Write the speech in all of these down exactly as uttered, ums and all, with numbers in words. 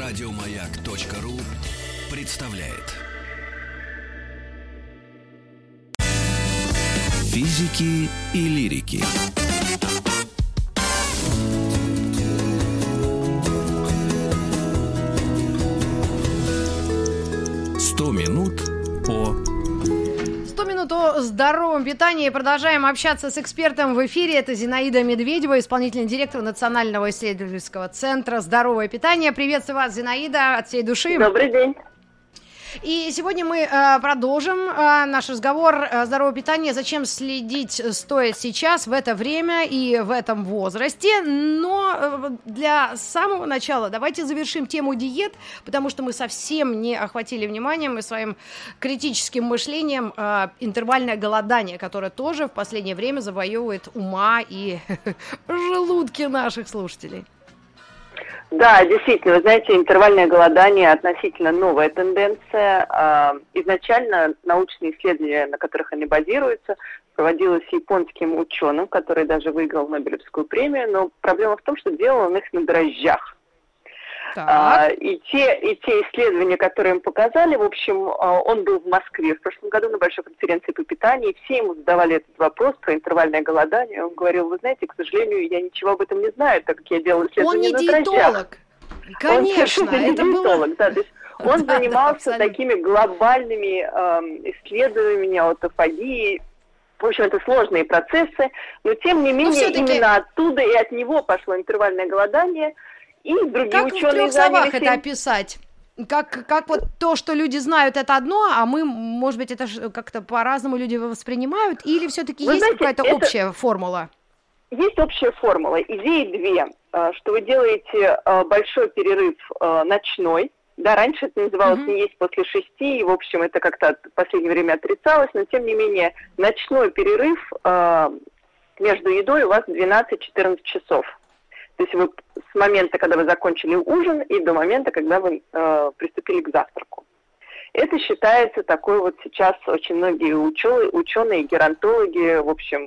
Радиомаяк.ру представляет. Физики и лирики. Сто минут по... сто минут о здоровом питании. Продолжаем общаться с экспертом в эфире. Это Зинаида Медведева, исполнительный директор Национального исследовательского центра «Здоровое питание». Приветствую вас, Зинаида, от всей души. Добрый день. И сегодня мы э, продолжим э, наш разговор о здоровом питании. Зачем следить стоит сейчас, в это время и в этом возрасте. Но э, для самого начала давайте завершим тему диет, потому что мы совсем не охватили вниманием и своим критическим мышлением э, интервальное голодание, которое тоже в последнее время завоевывает ума и желудки наших слушателей. Да, действительно, вы знаете, интервальное голодание относительно новая тенденция. Изначально научные исследования, на которых они базируются, проводилось японским ученым, который даже выиграл Нобелевскую премию, но проблема в том, что делал он их на дрожжах. А, и, те, и те исследования, которые им показали, в общем, он был в Москве в прошлом году на большой конференции по питанию, и все ему задавали этот вопрос про интервальное голодание. Он говорил: вы знаете, к сожалению, я ничего об этом не знаю, так как я делал исследования на дрожжах. Он не диетолог. Конечно, он это диетолог, было... да, то есть он да, занимался да, такими глобальными э, исследованиями аутофагии. В общем, это сложные процессы, но тем не менее именно оттуда и от него пошло интервальное голодание. И другие как ученые в трех словах занялись... это описать? Как, как вот то, что люди знают, это одно, а мы, может быть, это как-то по-разному люди воспринимают? Или все-таки есть знаете, какая-то это... общая формула? Есть общая формула. Идеи две. Что вы делаете большой перерыв ночной. Да, раньше это называлось mm-hmm. не есть после шести, и, в общем, это как-то в последнее время отрицалось, но, тем не менее, ночной перерыв между едой у вас двенадцать-четырнадцать часов. То есть вы с момента, когда вы закончили ужин, и до момента, когда вы э, приступили к завтраку. Это считается такой вот сейчас очень многие ученые, ученые геронтологи, в общем,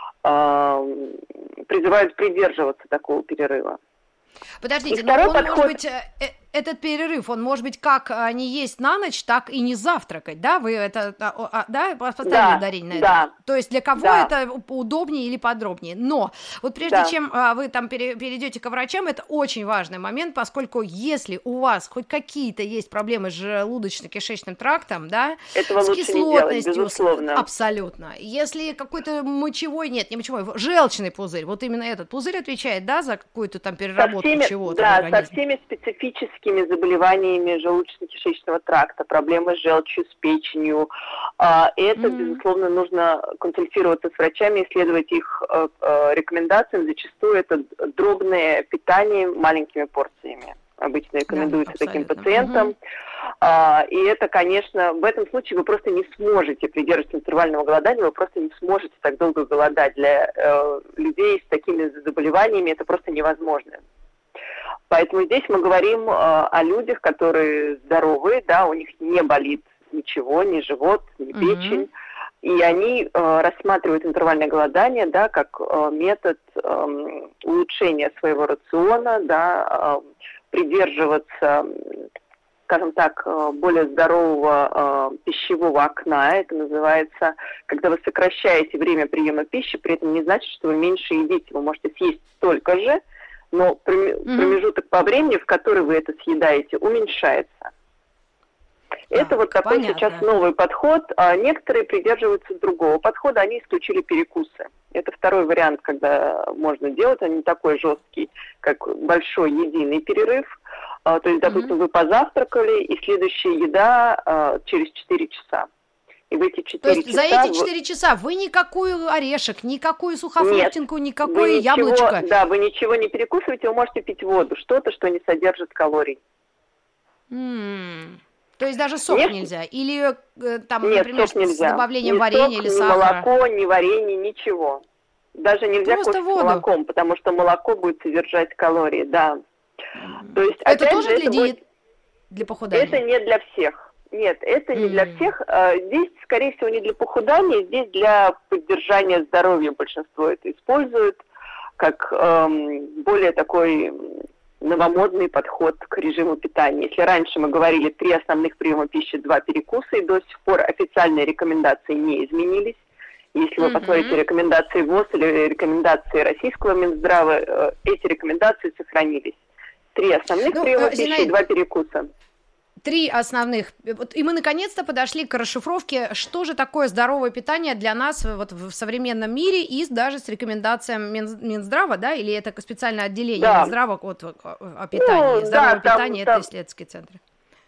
э, призывают придерживаться такого перерыва. Подождите, но он подход... может быть, этот перерыв, он может быть как не есть на ночь, так и не завтракать, да? Вы это, да, поставили да, ударение на да, это? То есть для кого да. это удобнее или подробнее? Но вот прежде да. чем вы там перейдете к врачам, это очень важный момент, поскольку если у вас хоть какие-то есть проблемы с желудочно-кишечным трактом, да, этого с лучше кислотностью, не делать, безусловно. Абсолютно. Если какой-то мочевой, нет, не мочевой, желчный пузырь, вот именно этот пузырь отвечает, да, за какую-то там переработку всеми, чего-то да, в организме. со всеми специфическими заболеваниями желудочно-кишечного тракта, проблемы с желчью, с печенью. Это, mm-hmm. безусловно, нужно консультироваться с врачами, исследовать их рекомендациям. Зачастую это дробное питание маленькими порциями. Обычно рекомендуется да, таким пациентам. Угу. А, и это, конечно, в этом случае вы просто не сможете придерживаться интервального голодания, вы просто не сможете так долго голодать. Для э, людей с такими заболеваниями это просто невозможно. Поэтому здесь мы говорим э, о людях, которые здоровые, да, у них не болит ничего, ни живот, ни угу. печень. И они э, рассматривают интервальное голодание, да, как э, метод э, улучшения своего рациона, да, э, придерживаться, скажем так, более здорового э, пищевого окна. Это называется, когда вы сокращаете время приема пищи, при этом не значит, что вы меньше едите. Вы можете съесть столько же, но промежуток mm-hmm. по времени, в который вы это съедаете, уменьшается. Это так, вот такой понятно. Сейчас новый подход. А некоторые придерживаются другого подхода, они исключили перекусы. Это второй вариант, когда можно делать, он не такой жесткий, как большой единый перерыв. А, то есть, допустим, mm-hmm. вы позавтракали, и следующая еда а, через четыре часа. И в эти четыре часа... То есть часа... за эти четыре часа вы никакую орешек, никакую сухофруктинку, Нет, никакое ничего, яблочко? Да, вы ничего не перекусываете, вы можете пить воду, что-то, что не содержит калорий. Mm. То есть даже сок Нет. нельзя? Или там, Нет, например, сок нельзя. с добавлением ни варенья сок, или ни сахара? Ни молоко, ни варенье, ничего. Даже нельзя Просто кофе воду. с молоком, потому что молоко будет содержать калории, да. Mm. То есть, это тоже же, для это диет, будет... для похудания? Это не для всех. Нет, это не mm. для всех. Здесь, скорее всего, не для похудания, здесь для поддержания здоровья большинство это использует как эм, более такой новомодный подход к режиму питания. Если раньше мы говорили три основных приема пищи, два перекуса, и до сих пор официальные рекомендации не изменились. Если вы mm-hmm. посмотрите рекомендации ВОЗ или рекомендации российского Минздрава, эти рекомендации сохранились. Три основных ну, приема пищи Зинаида... и два перекуса. Три основных. И мы наконец-то подошли к расшифровке, что же такое здоровое питание для нас вот в современном мире, и даже с рекомендациями Минздрава, да, или это специальное отделение да. Минздрава вот, о питании. Ну, здоровое да, питание там, это исследовательские центры.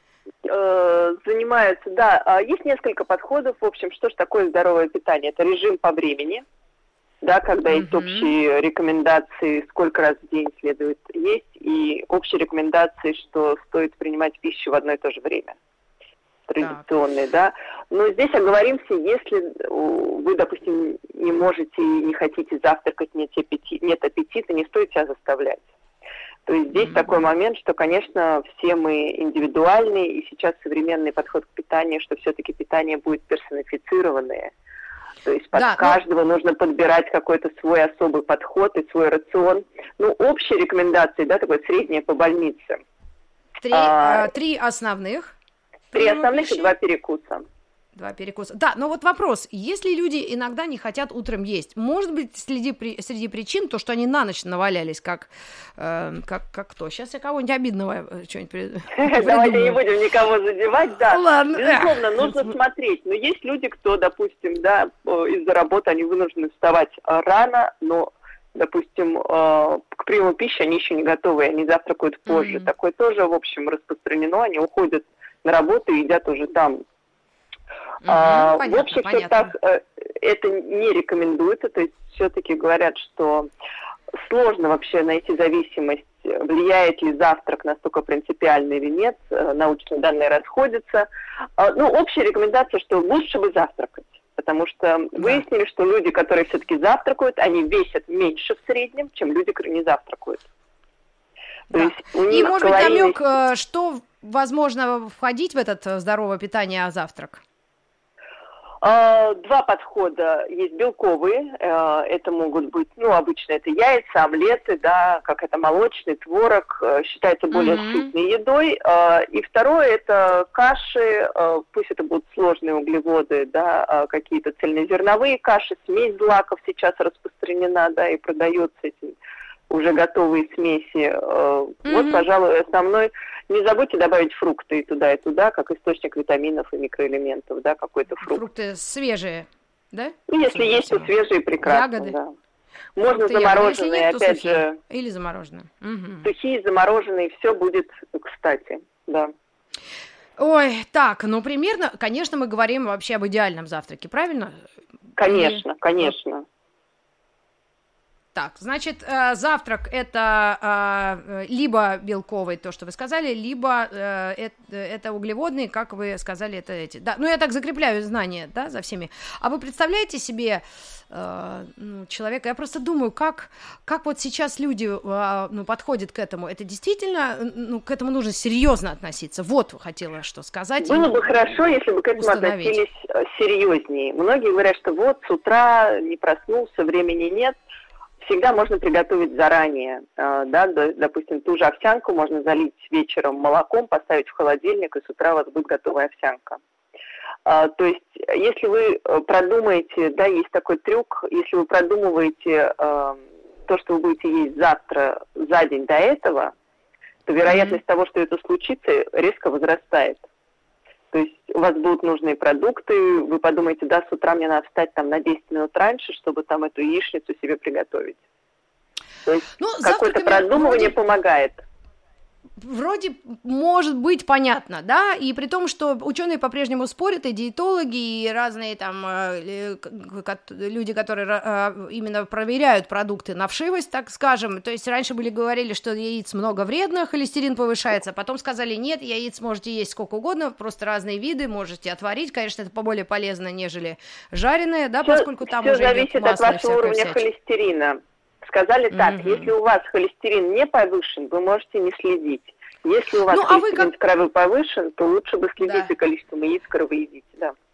Э, занимаются, да. Есть несколько подходов. В общем, что же такое здоровое питание? Это режим по времени, да, когда есть uh-huh. общие рекомендации, сколько раз в день следует есть, и общие рекомендации, что стоит принимать пищу в одно и то же время. Традиционные, да. Но здесь оговоримся, если вы, допустим, не можете и не хотите завтракать, нет аппетита, нет аппетита, не стоит себя заставлять. То есть здесь mm-hmm. такой момент, что, конечно, все мы индивидуальные, и сейчас современный подход к питанию, что все-таки питание будет персонифицированное. То есть под да, каждого ну... нужно подбирать какой-то свой особый подход и свой рацион. Ну, общие рекомендации, да, такое среднее по больнице. Три, а, три основных. Три основных пищи. И два перекуса. Два перекуса. Да, но вот вопрос. Если люди иногда не хотят утром есть, может быть, среди, среди причин то, что они на ночь навалялись, как, э, как, как кто? Сейчас я кого-нибудь обидного что-нибудь придумаю. Давайте не будем никого задевать, да. Ладно. Безусловно, нужно смотреть. Но есть люди, кто, допустим, да, из-за работы они вынуждены вставать рано, но, допустим, к приему пищи они еще не готовы, они завтракают позже. Такое тоже, в общем, распространено. Они уходят на работу и едят уже там. Угу, а, понятно, в общих чертах это не рекомендуется, то есть все-таки говорят, что сложно вообще найти зависимость, влияет ли завтрак настолько принципиально или нет, научные данные расходятся. А, ну, общая рекомендация, что лучше бы завтракать, потому что да. выяснили, что люди, которые все-таки завтракают, они весят меньше в среднем, чем люди, которые не завтракают. Да. То есть у них И, может калорийность... быть, намек, что возможно входить в это здоровое питание, а завтрак? Два подхода есть белковые, это могут быть, ну, обычно это яйца, омлеты, да, как это молочный, творог, считается более mm-hmm. сытной едой. И второе это каши, пусть это будут сложные углеводы, да, какие-то цельнозерновые каши, смесь злаков сейчас распространена, да, и продается эти уже готовые смеси. Mm-hmm. Вот, пожалуй, основной. Не забудьте добавить фрукты и туда, и туда, как источник витаминов и микроэлементов, да, какой-то фрукт. Фрукты свежие, да? Ну, если есть, то свежие, прекрасно, ягоды. Да. Можно фрукты, замороженные, нет, опять сухие. же. Или замороженные. Угу. Сухие, замороженные, все будет кстати, да. Ой, так, ну, примерно, конечно, мы говорим вообще об идеальном завтраке, правильно? Конечно, и... конечно. Так, значит, э, завтрак это э, либо белковый, то, что вы сказали, либо э, это, это углеводные, как вы сказали, это эти. Да, ну я так закрепляю знания, да, за всеми. А вы представляете себе э, ну, человека? Я просто думаю, как, как вот сейчас люди э, ну, подходят к этому. Это действительно, ну, к этому нужно серьезно относиться. Вот хотела что сказать. Было бы хорошо, если бы к этому установить. Относились серьезнее. Многие говорят, что вот с утра не проснулся, времени нет. Всегда можно приготовить заранее, да, допустим, ту же овсянку можно залить вечером молоком, поставить в холодильник, и с утра у вас будет готовая овсянка. То есть, если вы продумаете, да, есть такой трюк, если вы продумываете то, что вы будете есть завтра, за день до этого, то вероятность mm-hmm. того, что это случится, резко возрастает. То есть у вас будут нужные продукты, вы подумаете, да, с утра мне надо встать там на десять минут раньше, чтобы там эту яичницу себе приготовить. То есть ну, какое-то продумывание вроде... помогает. Вроде может быть понятно, да, и при том, что ученые по-прежнему спорят, и диетологи, и разные там люди, которые именно проверяют продукты на вшивость, так скажем, то есть раньше были говорили, что яиц много вредно, холестерин повышается, потом сказали, нет, яиц можете есть сколько угодно, просто разные виды, можете отварить, конечно, это поболее полезно, нежели жареное, да, все, поскольку там все уже зависит идет масло, от вашего уровня всячина. Холестерина. Сказали так, mm-hmm. если у вас холестерин не повышен, вы можете не следить. Если у вас ну, холестерин а как... в крови повышен, то лучше бы следить да. за количеством яиц, которые вы едите, да.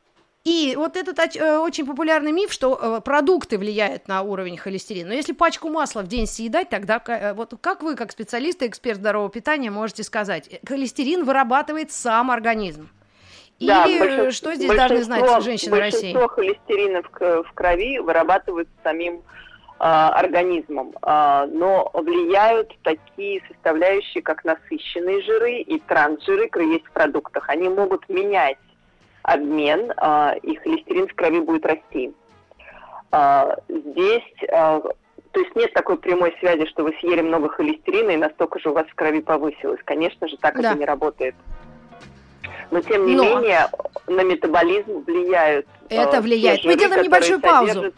И вот этот э, очень популярный миф, что э, продукты влияют на уровень холестерина. Но если пачку масла в день съедать, тогда э, вот как вы, как специалист и эксперт здорового питания, можете сказать, холестерин вырабатывает сам организм? Или да, большинство, что здесь должны знать женщины России? Большинство холестерина в, в крови вырабатывается самим э, организмом, э, но влияют такие составляющие, как насыщенные жиры и трансжиры, которые есть в продуктах. Они могут менять обмен, э, и холестерин в крови будет расти. Э, здесь, э, то есть нет такой прямой связи, что вы съели много холестерина и настолько же у вас в крови повысилось. Конечно же, так да. это не работает. Но, тем не Но... менее, на метаболизм влияют. Это э, влияет. жиры, Мы делаем небольшую паузу.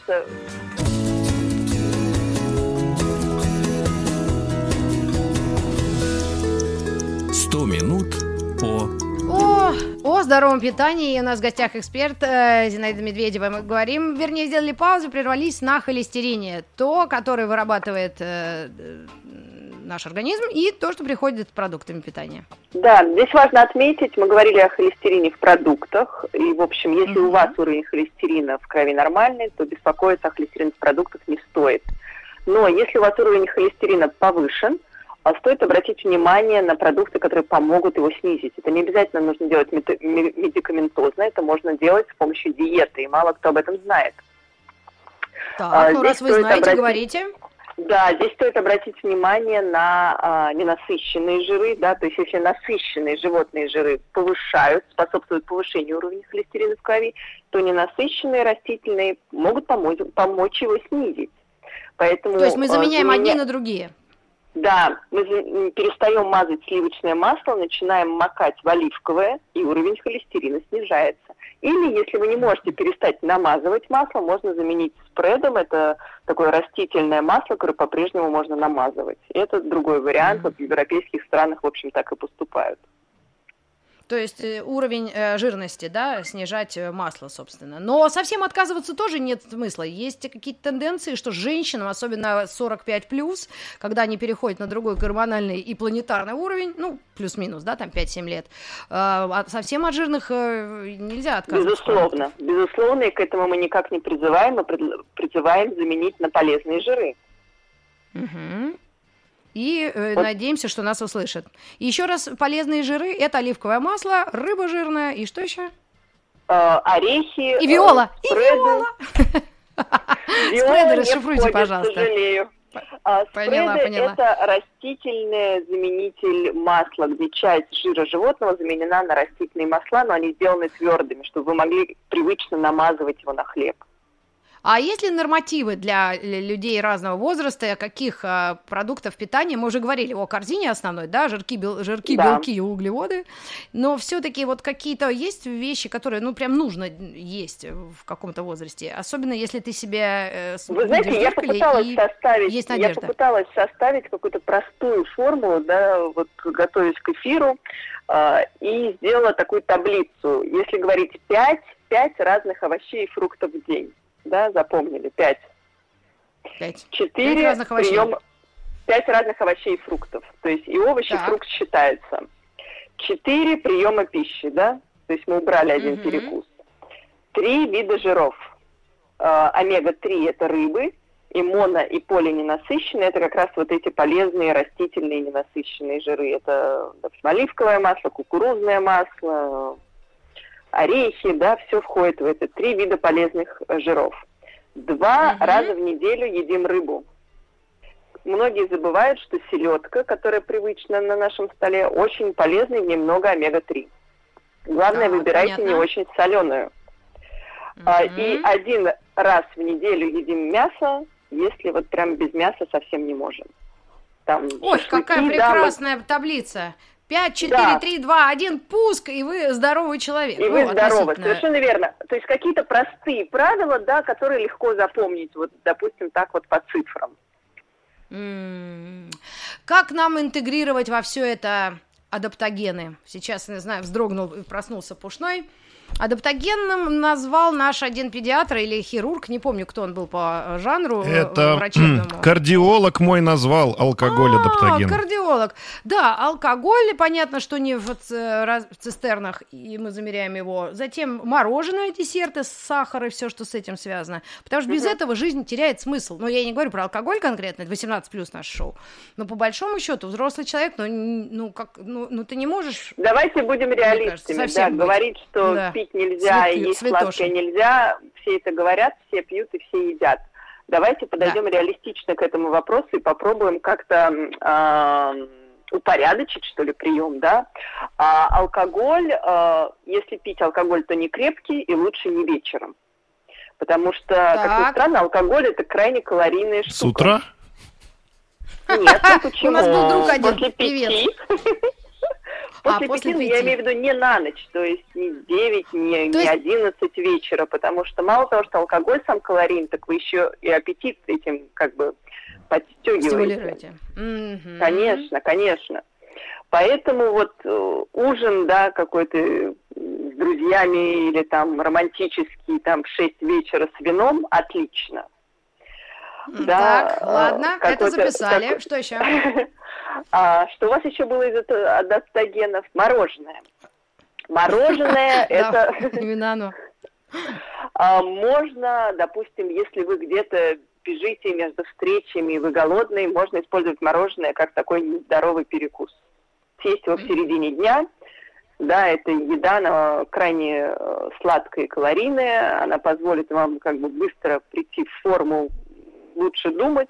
Сто минут по... О, о здоровом питании. У нас в гостях эксперт э, Зинаида Медведева. Мы говорим, вернее, сделали паузу, прервались на холестерине. То, которое вырабатывает э, наш организм, и то, что приходит с продуктами питания. Да, здесь важно отметить, мы говорили о холестерине в продуктах. И, в общем, если mm-hmm. у вас уровень холестерина в крови нормальный, то беспокоиться о холестерине в продуктах не стоит. Но если у вас уровень холестерина повышен, стоит обратить внимание на продукты, которые помогут его снизить. Это не обязательно нужно делать медикаментозно, это можно делать с помощью диеты, и мало кто об этом знает. Так, а, ну раз вы знаете, обратить... говорите. Да, здесь стоит обратить внимание на а, ненасыщенные жиры, да, то есть если насыщенные животные жиры повышают, способствуют повышению уровня холестерина в крови, то ненасыщенные растительные могут помочь, помочь его снизить. Поэтому, то есть мы заменяем а, одни на другие? Да, мы перестаем мазать сливочное масло, начинаем макать в оливковое, и уровень холестерина снижается. Или, если вы не можете перестать намазывать масло, можно заменить спредом. Это такое растительное масло, которое по-прежнему можно намазывать. Это другой вариант. Mm-hmm. Вот в европейских странах, в общем, так и поступают. То есть уровень э, жирности, да, снижать масло, собственно. Но совсем отказываться тоже нет смысла. Есть какие-то тенденции, что женщинам, особенно сорок пять плюс, когда они переходят на другой гормональный и планетарный уровень, ну, плюс-минус, да, там пять-семь лет, э, совсем от жирных э, нельзя отказываться. Безусловно. Безусловно, и к этому мы никак не призываем. Мы призываем заменить на полезные жиры. Угу. И э, вот. Надеемся, что нас услышат. И еще раз, полезные жиры – это оливковое масло, рыба жирная и что еще? Э, орехи. И виола. Э, спреды. И виола. Спреды расшифруйте, пожалуйста. К сожалению. Поняла, Спреды поняла. – это растительный заменитель масла, где часть жира животного заменена на растительные масла, но они сделаны твердыми, чтобы вы могли привычно намазывать его на хлеб. А есть ли нормативы для людей разного возраста, каких а, продуктов питания? Мы уже говорили о корзине основной, да, жирки, бел, жирки да. белки и углеводы, но все-таки вот какие-то есть вещи, которые, ну, прям нужно есть в каком-то возрасте, особенно если ты себя э, Вы знаете, я попыталась составить, есть я попыталась составить какую-то простую формулу, да, вот готовясь к эфиру, э, и сделала такую таблицу. Если говорить пять, пять разных овощей и фруктов в день. Да, запомнили, пять. Пять. Четыре пять разных овощей. Прием, пять разных овощей и фруктов. То есть и овощи, так. и фрукт считаются. Четыре приема пищи, да? То есть мы убрали один угу. перекус. Три вида жиров. Э, омега три это рыбы, и моно, и полиненасыщенные это как раз вот эти полезные растительные ненасыщенные жиры. Это, допустим, оливковое масло, кукурузное масло, орехи, да, все входит в это. Три вида полезных жиров. Два угу. раза в неделю едим рыбу. Многие забывают, что селедка, которая привычна на нашем столе, очень полезна, и в ней много омега три. Главное, да, выбирайте понятно. Не очень соленую. Угу. А, и один раз в неделю едим мясо, если вот прям без мяса совсем не можем. Там ой, какая прекрасная да, таблица. пять, четыре, три, два, один, пуск, и вы здоровый человек. И вы здоровы, совершенно верно. То есть какие-то простые правила, да, которые легко запомнить, вот, допустим, так вот по цифрам. М-м-м. Как нам интегрировать во все это адаптогены? Сейчас, не знаю, вздрогнул и проснулся Пушной. Адаптогенным назвал наш один педиатр или хирург, не помню, кто он был по жанру Это врачебному. Кардиолог мой назвал алкоголь а, адаптоген. Кардиолог. Да, алкоголь, понятно, что не в цистернах, и мы замеряем его. Затем мороженое, десерты, сахар и все, что с этим связано. Потому что без угу. этого жизнь теряет смысл. Но я не говорю про алкоголь конкретно, это восемнадцать плюс наше шоу. Но по большому счету взрослый человек, ну, ну, как, ну, ну ты не можешь... Давайте будем реалистами. Кажется, да, говорить, что да. пить нельзя, Цветы, есть цветоши. сладкое нельзя, все это говорят, все пьют и все едят. Давайте подойдем да. реалистично к этому вопросу и попробуем как-то э, упорядочить, что ли, прием, да. А алкоголь, э, если пить алкоголь, то не крепкий и лучше не вечером. Потому что, так. как ни странно, алкоголь – это крайне калорийная штука. С утра? Нет, ну почему? У нас был друг один, После пяти. После а, пяти, после я имею в виду не на ночь, то есть не девять, не, не есть... одиннадцать вечера, потому что мало того, что алкоголь сам калорийный, так вы еще и аппетит этим как бы подстегиваете. Mm-hmm. Конечно, конечно. Поэтому вот э, ужин, да, какой-то с друзьями или там романтический, там в шесть вечера с вином, отлично. Да, так, ладно, это записали. Как... Что еще? А, что у вас еще было из адаптогенов? Мороженое. Мороженое это... Именно оно. Можно, допустим, если вы где-то бежите между встречами, вы голодные, можно использовать мороженое как такой нездоровый перекус. Съесть его в середине дня. Да, это еда, она крайне сладкая и калорийная. Она позволит вам как бы быстро прийти в форму, лучше думать.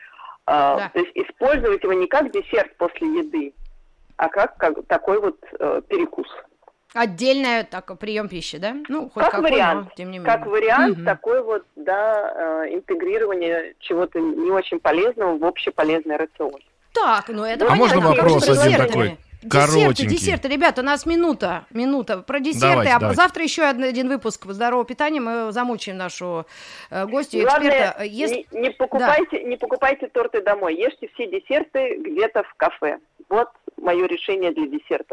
Да. То есть использовать его не как десерт после еды, а как, как такой вот э, перекус. Отдельный так, прием пищи, да? Ну, хоть как какой, вариант, но тем не менее. Как вариант, угу. такой вот, да, э, интегрирование чего-то не очень полезного в общеполезный рацион. Так, ну это а понятно. можно вопрос один такой? Десерты, коротенький. десерты, ребята, у нас минута, минута про десерты, давайте, а давайте. завтра еще один выпуск здорового питания, мы замучаем нашу э, гостью, Главное, эксперта. Если... не, не, покупайте, да. не покупайте торты домой, ешьте все десерты где-то в кафе. Вот мое решение для десертов.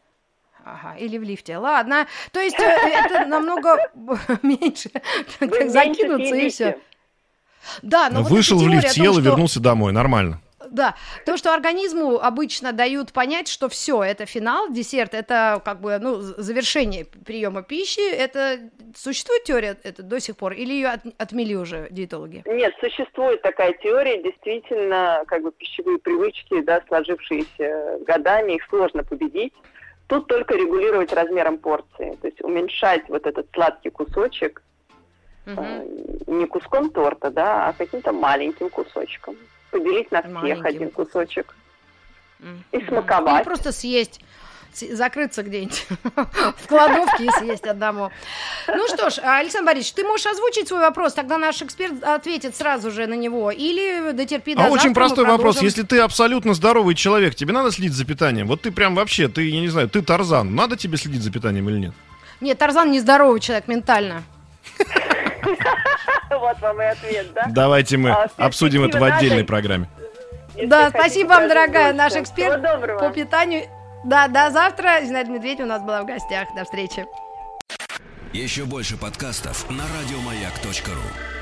Ага, или в лифте. Ладно, то есть это намного меньше закинуться и все. Да, но вышел в лифт, съел и вернулся домой, нормально. Да, то, что организму обычно дают понять, что все, это финал, десерт, это как бы, ну, завершение приема пищи, это существует теория это до сих пор, или ее от, отмели уже диетологи? Нет, существует такая теория, действительно, как бы пищевые привычки, да, сложившиеся годами, их сложно победить. Тут только регулировать размером порции, то есть уменьшать вот этот сладкий кусочек, угу. э, не куском торта, да, а каким-то маленьким кусочком. Поделить на всех маленьким один кусочек. Mm-hmm. И смаковать. Или просто съесть, закрыться где-нибудь в кладовке и съесть одному. Ну что ж, Александр Борисович, ты можешь озвучить свой вопрос, тогда наш эксперт ответит сразу же на него. Или дотерпи до А завтра, очень простой мы вопрос. Если ты абсолютно здоровый человек, тебе надо следить за питанием? Вот ты прям вообще, ты, я не знаю, ты Тарзан. Надо тебе следить за питанием или нет? Нет, Тарзан не здоровый человек ментально. Вот вам и ответ, да? Давайте мы а, обсудим это в отдельной надо... программе. Если да, спасибо вам, дорогая, наш эксперт по питанию. Да, до завтра. Зинаида Медведева у нас была в гостях. До встречи. Еще больше подкастов на радиомаяк точка ру.